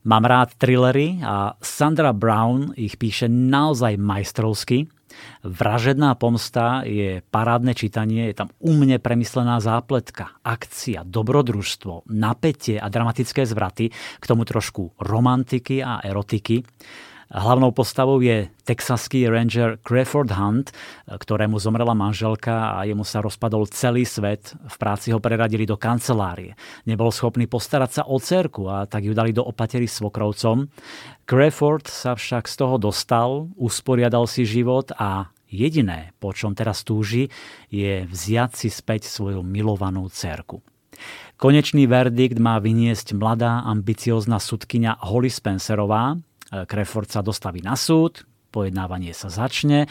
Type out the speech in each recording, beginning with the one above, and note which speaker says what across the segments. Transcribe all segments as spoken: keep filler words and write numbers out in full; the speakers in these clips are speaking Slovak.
Speaker 1: Mám rád thrillery a Sandra Brown ich píše naozaj majstrovsky. Vražedná pomsta je parádne čítanie, je tam umne premyslená zápletka, akcia, dobrodružstvo, napätie a dramatické zvraty, k tomu trošku romantiky a erotiky. Hlavnou postavou je texaský ranger Crawford Hunt, ktorému zomrela manželka a jemu sa rozpadol celý svet. V práci ho preradili do kancelárie. Nebol schopný postarať sa o dcérku a tak ju dali do opatery svokrovcom. Crawford sa však z toho dostal, usporiadal si život a jediné, po čom teraz túži, je vziať si späť svoju milovanú dcérku. Konečný verdikt má vyniesť mladá, ambiciózna sudkyňa Holly Spencerová. Crawford sa dostaví na súd, pojednávanie sa začne,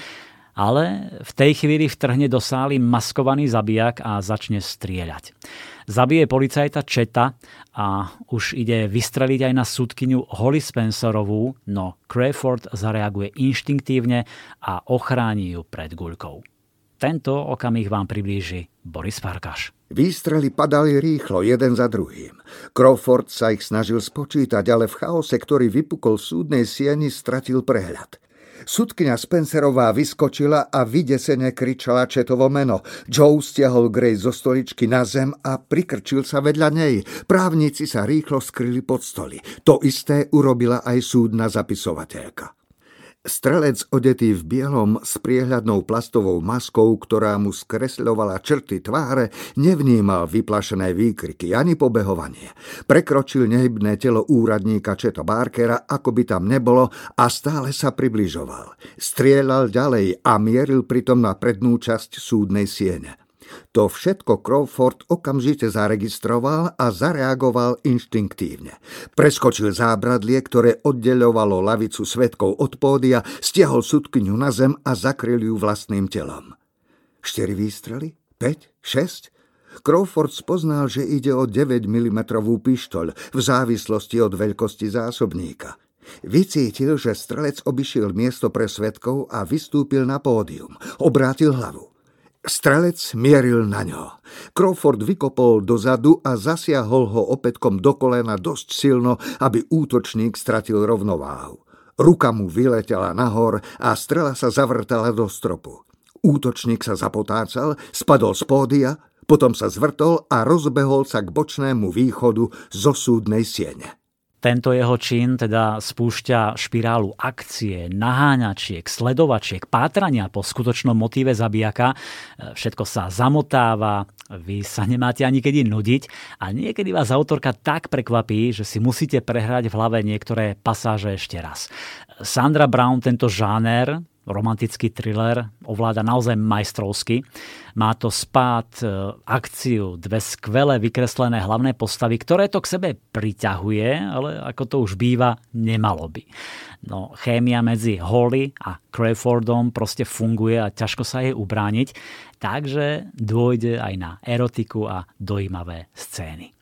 Speaker 1: ale v tej chvíli vtrhne do sály maskovaný zabijak a začne strieľať. Zabije policajta Cheta a už ide vystreliť aj na sudkyňu Holly Spencerovú, no Crawford zareaguje inštinktívne a ochráni ju pred guľkou. Tento okamih vám priblíži Boris Farkaš.
Speaker 2: Výstrely padali rýchlo, jeden za druhým. Crawford sa ich snažil spočítať, ale v chaose, ktorý vypukol v súdnej sieni, stratil prehľad. Sudkyňa Spencerová vyskočila a vydesene kričala Chetovo meno. Joe stiahol Grace zo stoličky na zem a prikrčil sa vedľa nej. Právnici sa rýchlo skryli pod stoly. To isté urobila aj súdna zapisovateľka. Strelec odetý v bielom s priehľadnou plastovou maskou, ktorá mu skresľovala črty tváre, nevnímal vyplašené výkriky ani pobehovanie. Prekročil nehybné telo úradníka Cheta Barkera, ako by tam nebolo, a stále sa približoval. Strieľal ďalej a mieril pritom na prednú časť súdnej siene. To všetko Crawford okamžite zaregistroval a zareagoval inštinktívne. Preskočil zábradlie, ktoré oddeľovalo lavicu svedkov od pódia, stiahol sudkyňu na zem a zakryl ju vlastným telom. Štyri výstrely? Päť? Šesť? Crawford spoznal, že ide o deväť milimetrov pištoľ v závislosti od veľkosti zásobníka. Vycítil, že strelec obišiel miesto pre svedkov a vystúpil na pódium. Obrátil hlavu. Strelec mieril na ňo. Crawford vykopol dozadu a zasiahol ho opätkom do kolena dosť silno, aby útočník stratil rovnováhu. Ruka mu vyletela nahor a strela sa zavrtala do stropu. Útočník sa zapotácal, spadol z pódia, potom sa zvrtol a rozbehol sa k bočnému východu zo súdnej siene.
Speaker 1: Tento jeho čin teda spúšťa špirálu akcie, naháňačiek, sledovačiek, pátrania po skutočnom motíve zabijaka. Všetko sa zamotáva, vy sa nemáte ani kedy nudiť a niekedy vás autorka tak prekvapí, že si musíte prehrať v hlave niektoré pasáže ešte raz. Sandra Brown tento žáner, romantický thriller, ovláda naozaj majstrovsky. Má to spád, akciu, dve skvelé vykreslené hlavné postavy, ktoré to k sebe priťahuje, ale ako to už býva, nemalo by. No, chémia medzi Holly a Crawfordom proste funguje a ťažko sa jej ubrániť, takže dôjde aj na erotiku a dojímavé scény.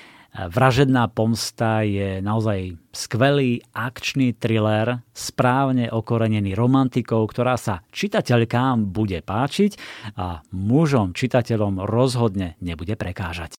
Speaker 1: Vražedná pomsta je naozaj skvelý akčný thriller, správne okorenený romantikou, ktorá sa čitateľkám bude páčiť a mužom čitateľom rozhodne nebude prekážať.